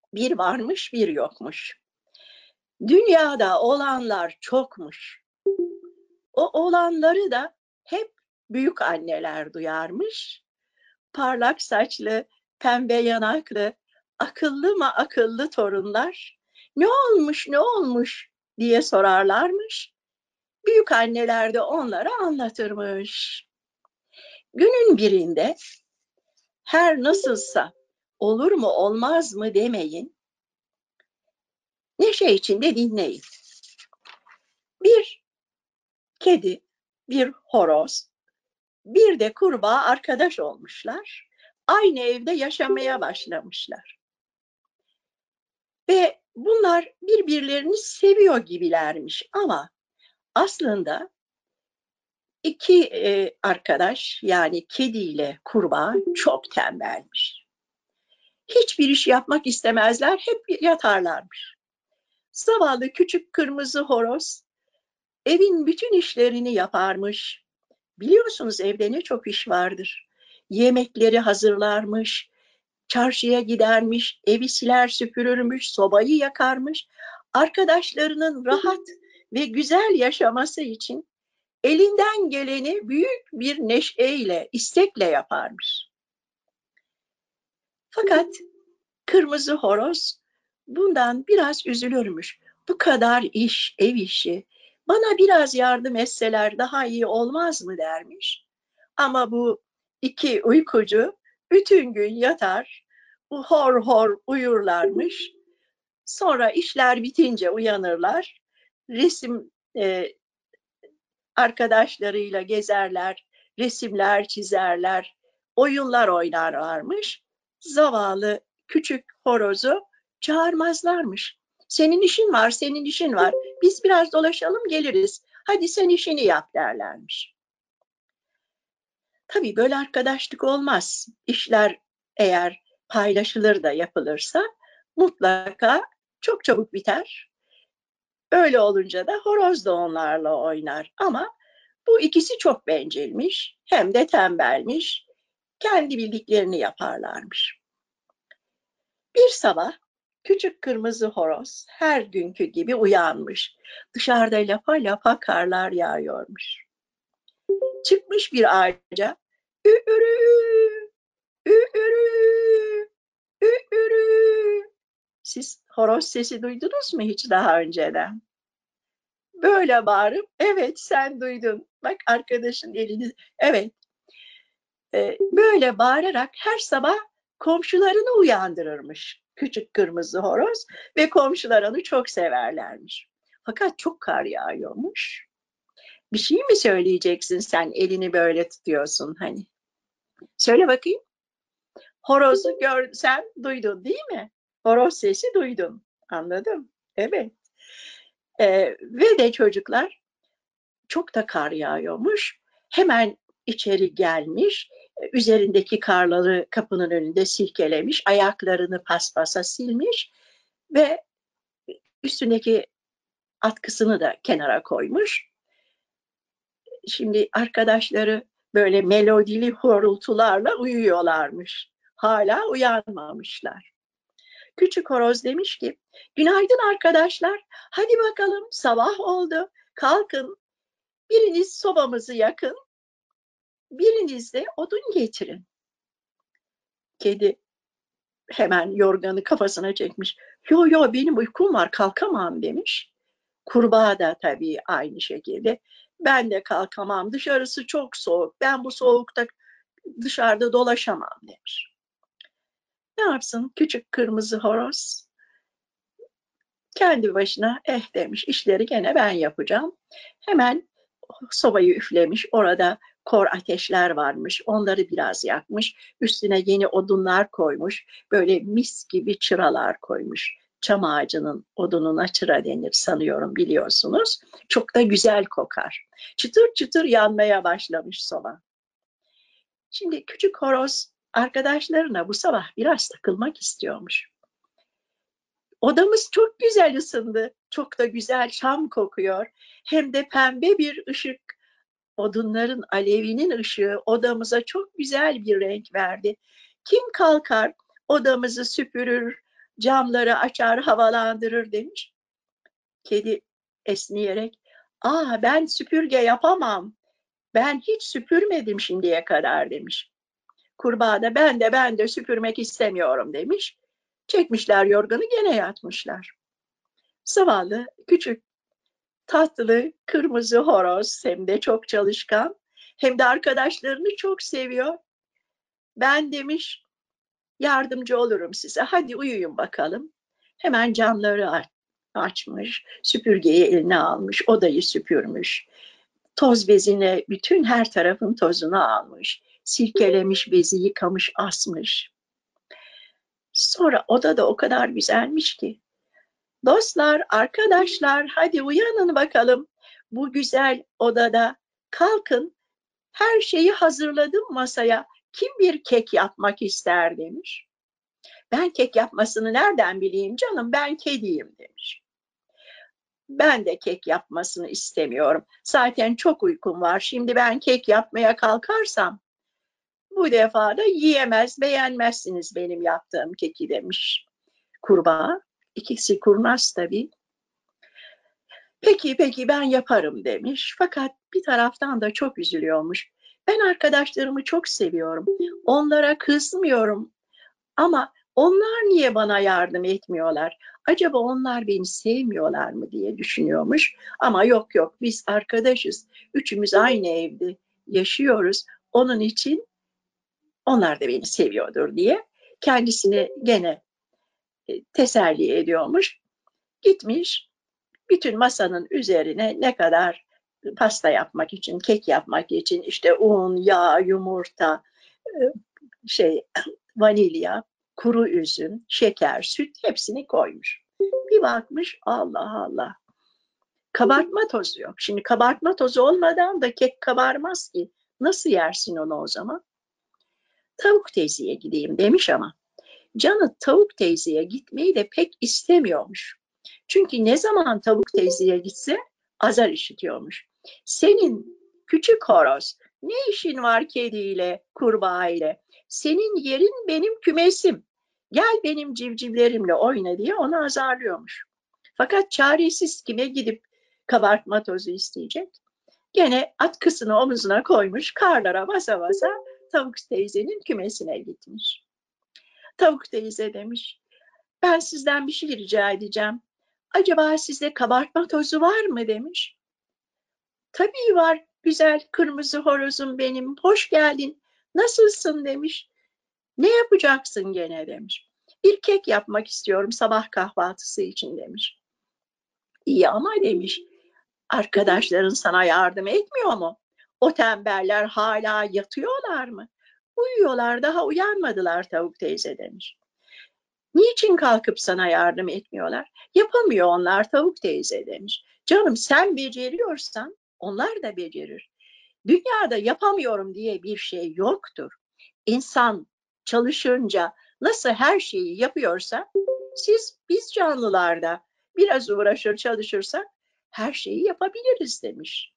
Bir varmış bir yokmuş. Dünyada olanlar çokmuş. O olanları da hep büyük anneler duyarmış. Parlak saçlı, pembe yanaklı, akıllı mı akıllı torunlar ne olmuş ne olmuş diye sorarlarmış. Büyük anneler de onlara anlatırmış. Günün birinde her nasılsa olur mu olmaz mı demeyin. Neşe içinde dinleyin. Bir kedi, bir horoz, bir de kurbağa arkadaş olmuşlar. Aynı evde yaşamaya başlamışlar. Ve bunlar birbirlerini seviyor gibilermiş ama aslında iki arkadaş yani kedi ile kurbağa çok tembelmiş. Hiçbir iş yapmak istemezler, hep yatarlarmış. Zavallı küçük kırmızı horoz evin bütün işlerini yaparmış. Biliyorsunuz evde ne çok iş vardır. Yemekleri hazırlarmış, çarşıya gidermiş, evi siler süpürürmüş, sobayı yakarmış. Arkadaşlarının rahat ve güzel yaşaması için elinden geleni büyük bir neşeyle, istekle yaparmış. Fakat kırmızı horoz bundan biraz üzülürmüş. Bu kadar iş, ev işi, bana biraz yardım etseler daha iyi olmaz mı dermiş. Ama bu iki uykucu bütün gün yatar, hor hor uyurlarmış. Sonra işler bitince uyanırlar, resim arkadaşlarıyla gezerler, resimler çizerler, oyunlar oynarlarmış. Zavallı küçük horozu çağırmazlarmış. Senin işin var, senin işin var. Biz biraz dolaşalım geliriz. Hadi sen işini yap derlermiş. Tabii böyle arkadaşlık olmaz. İşler eğer paylaşılır da yapılırsa mutlaka çok çabuk biter. Öyle olunca da horoz da onlarla oynar. Ama bu ikisi çok bencilmiş, hem de tembelmiş. Kendi bildiklerini yaparlarmış. Bir sabah küçük kırmızı horoz her günkü gibi uyanmış. Dışarıda lapa lapa karlar yağıyormuş. Çıkmış bir ağaca. Ü-ürü, ü-ürü, ü-ürü. Siz horoz sesi duydunuz mu hiç daha önceden? Böyle bağırıp, evet sen duydun. Bak arkadaşın elini, evet. Böyle bağırarak her sabah komşularını uyandırırmış küçük kırmızı horoz ve komşular onu çok severlermiş. Fakat çok kar yağıyormuş. Bir şey mi söyleyeceksin sen elini böyle tutuyorsun hani? Söyle bakayım. Horozu sen duydun değil mi? Horoz sesi duydun. Anladım. Evet. Ve de çocuklar çok da kar yağıyormuş. Hemen içeri gelmiş, üzerindeki karları kapının önünde silkelemiş, ayaklarını paspasa silmiş ve üstündeki atkısını da kenara koymuş. Şimdi arkadaşları böyle melodili horultularla uyuyorlarmış. Hala uyanmamışlar. Küçük horoz demiş ki, günaydın arkadaşlar, hadi bakalım sabah oldu, kalkın, biriniz sobamızı yakın, biriniz de odun getirin. Kedi hemen yorganı kafasına çekmiş. Yo yo benim uykum var kalkamam demiş. Kurbağa da tabii aynı şekilde. Ben de kalkamam dışarısı çok soğuk. Ben bu soğukta dışarıda dolaşamam demiş. Ne yapsın küçük kırmızı horoz? Kendi başına demiş işleri gene ben yapacağım. Hemen sobayı üflemiş. Orada kor ateşler varmış. Onları biraz yakmış. Üstüne yeni odunlar koymuş. Böyle mis gibi çıralar koymuş. Çam ağacının odununa çıra denir sanıyorum biliyorsunuz. Çok da güzel kokar. Çıtır çıtır yanmaya başlamış soba. Şimdi küçük horoz arkadaşlarına bu sabah biraz takılmak istiyormuş. Odamız çok güzel ısındı. Çok da güzel şam kokuyor. Hem de pembe bir ışık. Odunların alevinin ışığı odamıza çok güzel bir renk verdi. Kim kalkar odamızı süpürür, camları açar havalandırır demiş. Kedi esniyerek, ben süpürge yapamam. Ben hiç süpürmedim şimdiye kadar demiş. Kurbağa da ben de süpürmek istemiyorum demiş. Çekmişler yorganı gene yatmışlar. Zavallı küçük tatlı kırmızı horoz hem de çok çalışkan hem de arkadaşlarını çok seviyor. Ben demiş yardımcı olurum size. Hadi uyuyun bakalım. Hemen camları açmış, süpürgeyi eline almış, odayı süpürmüş. Toz bezine bütün her tarafın tozunu almış. Silkelemiş, bezi yıkamış, asmış. Sonra oda da o kadar güzelmiş ki. Dostlar, arkadaşlar, hadi uyanın bakalım. Bu güzel odada kalkın. Her şeyi hazırladım masaya. Kim bir kek yapmak ister demiş. Ben kek yapmasını nereden bileyim canım, ben kediyim demiş. Ben de kek yapmasını istemiyorum. Zaten çok uykum var. Şimdi ben kek yapmaya kalkarsam bu defa da yiyemez, beğenmezsiniz benim yaptığım keki demiş kurbağa. İkisi kurnaz tabii. Peki ben yaparım demiş. Fakat bir taraftan da çok üzülüyormuş. Ben arkadaşlarımı çok seviyorum. Onlara kızmıyorum. Ama onlar niye bana yardım etmiyorlar? Acaba onlar beni sevmiyorlar mı diye düşünüyormuş. Ama yok biz arkadaşız. Üçümüz aynı evde yaşıyoruz. Onun için onlar da beni seviyordur diye kendisini gene teselli ediyormuş. Gitmiş bütün masanın üzerine ne kadar pasta yapmak için, kek yapmak için işte un, yağ, yumurta, şey vanilya, kuru üzüm, şeker, süt hepsini koymuş. Bir bakmış Allah Allah. Kabartma tozu yok. Şimdi kabartma tozu olmadan da kek kabarmaz ki. Nasıl yersin onu o zaman? Tavuk teyzeye gideyim demiş ama canı tavuk teyzeye gitmeyi de pek istemiyormuş. Çünkü ne zaman tavuk teyzeye gitse azar işitiyormuş. Senin küçük horoz ne işin var kediyle, kurbağa ile? Senin yerin benim kümesim. Gel benim civcivlerimle oyna diye onu azarlıyormuş. Fakat çaresiz kime gidip kabartma tozu isteyecek? Gene atkısını omuzuna koymuş, karlara basa basa tavuk teyzenin kümesine gitmiş. Tavuk teyze demiş, ben sizden bir şey rica edeceğim. Acaba sizde kabartma tozu var mı demiş. Tabii var güzel kırmızı horozum benim, hoş geldin, nasılsın demiş. Ne yapacaksın gene demiş. Bir kek yapmak istiyorum sabah kahvaltısı için demiş. İyi ama demiş, arkadaşların sana yardım etmiyor mu? O tembeller hala yatıyorlar mı? Uyuyorlar, daha uyanmadılar tavuk teyze demiş. Niçin kalkıp sana yardım etmiyorlar? Yapamıyor onlar tavuk teyze demiş. Canım sen beceriyorsan onlar da becerir. Dünyada yapamıyorum diye bir şey yoktur. İnsan çalışınca nasıl her şeyi yapıyorsa biz canlılarda biraz uğraşır çalışırsak her şeyi yapabiliriz demiş.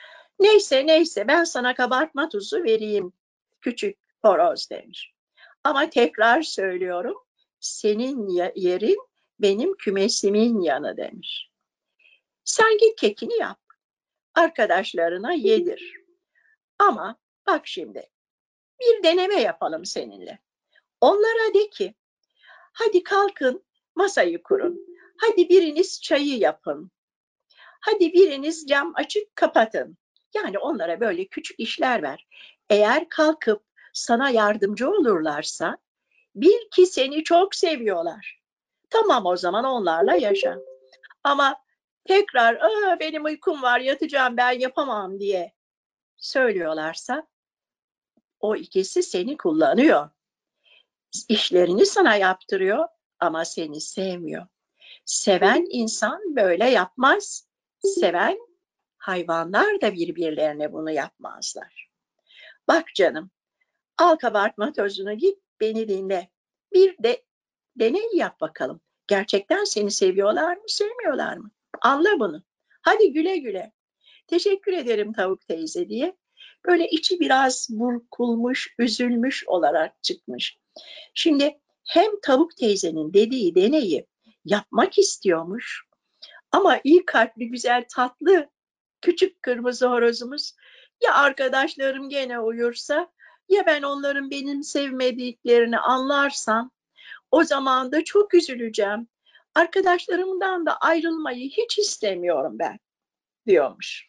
Neyse ben sana kabartma tuzu vereyim küçük horoz demiş. Ama tekrar söylüyorum senin yerin benim kümesimin yanı demiş. Sen git kekini yap, arkadaşlarına yedir. Ama bak şimdi bir deneme yapalım seninle. Onlara de ki hadi kalkın masayı kurun. Hadi biriniz çayı yapın. Hadi biriniz cam açık kapatın. Yani onlara böyle küçük işler ver. Eğer kalkıp sana yardımcı olurlarsa bil ki seni çok seviyorlar. Tamam o zaman onlarla yaşa. Ama tekrar benim uykum var yatacağım ben yapamam diye söylüyorlarsa o ikisi seni kullanıyor. İşlerini sana yaptırıyor ama seni sevmiyor. Seven insan böyle yapmaz. Seven hayvanlar da birbirlerine bunu yapmazlar. Bak canım, al kabartma tozunu git beni dinle. Bir de deney yap bakalım. Gerçekten seni seviyorlar mı, sevmiyorlar mı? Anla bunu. Hadi güle güle. Teşekkür ederim tavuk teyze diye. Böyle içi biraz burkulmuş, üzülmüş olarak çıkmış. Şimdi hem tavuk teyzenin dediği deneyi yapmak istiyormuş. Ama iyi kalpli, güzel, tatlı küçük kırmızı horozumuz, ya arkadaşlarım gene uyursa, ya ben onların benim sevmediklerini anlarsam, o zaman da çok üzüleceğim. Arkadaşlarımdan da ayrılmayı hiç istemiyorum ben, diyormuş.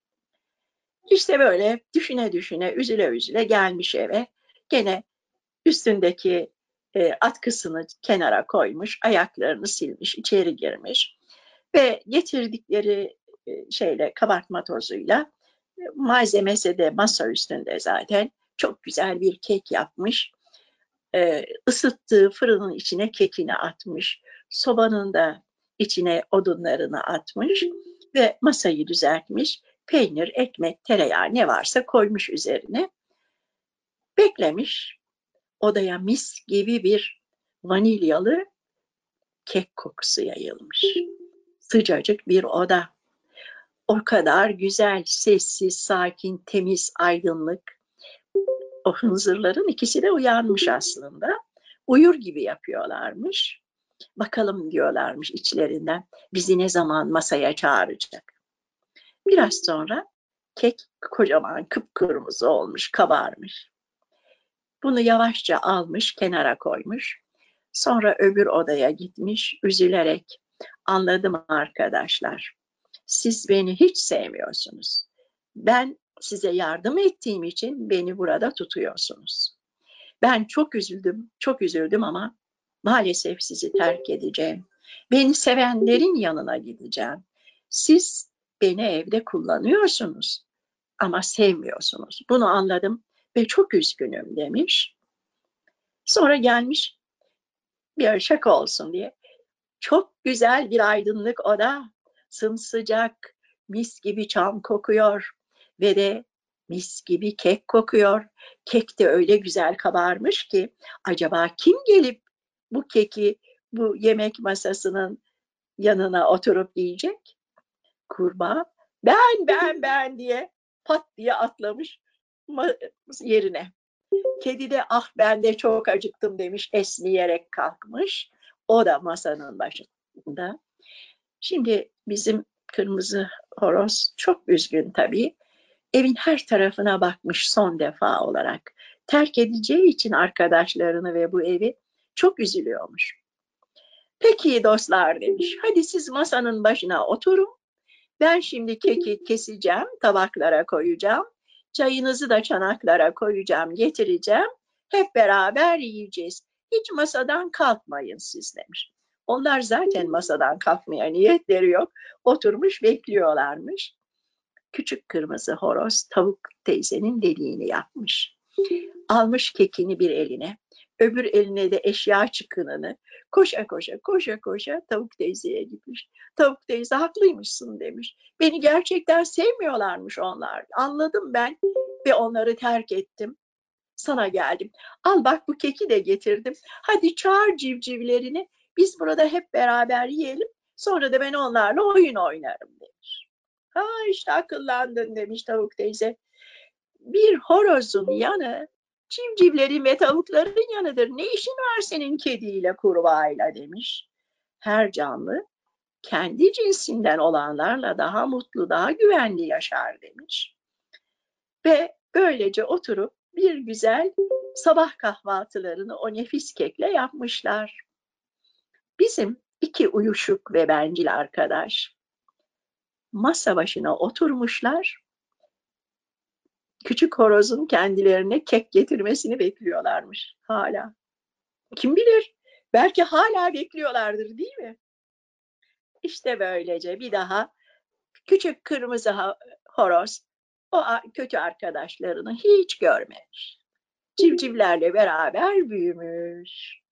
İşte böyle düşüne düşüne, üzüle üzüle gelmiş eve. Gene üstündeki atkısını kenara koymuş, ayaklarını silmiş, içeri girmiş ve getirdikleri şeyle, kabartma tozuyla, malzemesi de masa üstünde zaten, çok güzel bir kek yapmış. Isıttığı fırının içine kekini atmış. Sobanın da içine odunlarını atmış ve masayı düzeltmiş. Peynir, ekmek, tereyağı ne varsa koymuş üzerine. Beklemiş. Odaya mis gibi bir vanilyalı kek kokusu yayılmış. Sıcacık bir oda. O kadar güzel, sessiz, sakin, temiz, aydınlık. O hınzırların ikisi de uyanmış aslında. Uyur gibi yapıyorlarmış. Bakalım diyorlarmış içlerinden, bizi ne zaman masaya çağıracak. Biraz sonra kek kocaman kıpkırmızı olmuş, kabarmış. Bunu yavaşça almış, kenara koymuş. Sonra öbür odaya gitmiş, üzülerek, anladım arkadaşlar. Siz beni hiç sevmiyorsunuz. Ben size yardım ettiğim için beni burada tutuyorsunuz. Ben çok üzüldüm, çok üzüldüm ama maalesef sizi terk edeceğim. Beni sevenlerin yanına gideceğim. Siz beni evde kullanıyorsunuz ama sevmiyorsunuz. Bunu anladım ve çok üzgünüm demiş. Sonra gelmiş, bir şaka olsun diye, çok güzel bir aydınlık oda, sımsıcak, mis gibi çam kokuyor ve de mis gibi kek kokuyor. Kek de öyle güzel kabarmış ki, acaba kim gelip bu keki bu yemek masasının yanına oturup yiyecek? Kurbağa, ben diye pat diye atlamış yerine. Kedi de ah ben de çok acıktım demiş, esniyerek kalkmış. O da masanın başında. Şimdi bizim kırmızı horoz çok üzgün tabii. Evin her tarafına bakmış son defa olarak. Terk edeceği için arkadaşlarını ve bu evi çok üzülüyormuş. Peki dostlar demiş, hadi siz masanın başına oturun. Ben şimdi keki keseceğim, tabaklara koyacağım. Çayınızı da çanaklara koyacağım, getireceğim. Hep beraber yiyeceğiz. Hiç masadan kalkmayın siz demiş. Onlar zaten masadan kalkmaya niyetleri yok. Oturmuş bekliyorlarmış. Küçük kırmızı horoz tavuk teyzenin dediğini yapmış. Almış kekini bir eline, öbür eline de eşya çıkınını, koşa koşa koşa koşa tavuk teyzeye gitmiş. Tavuk teyze haklıymışsın demiş. Beni gerçekten sevmiyorlarmış onlar. Anladım ben ve onları terk ettim. Sana geldim. Al bak bu keki de getirdim. Hadi çağır civcivlerini. Biz burada hep beraber yiyelim. Sonra da ben onlarla oyun oynarım demiş. Ha işte akıllandın demiş tavuk teyze. Bir horozun yanı civcivlerin ve tavukların yanıdır. Ne işin var senin kediyle, kurbağayla demiş. Her canlı kendi cinsinden olanlarla daha mutlu, daha güvenli yaşar demiş. Ve böylece oturup bir güzel sabah kahvaltılarını o nefis kekle yapmışlar. Bizim iki uyuşuk ve bencil arkadaş masa başına oturmuşlar. Küçük horozun kendilerine kek getirmesini bekliyorlarmış hala. Kim bilir? Belki hala bekliyorlardır, değil mi? İşte böylece bir daha küçük kırmızı horoz o kötü arkadaşlarını hiç görmemiş. Civcivlerle beraber büyümüş.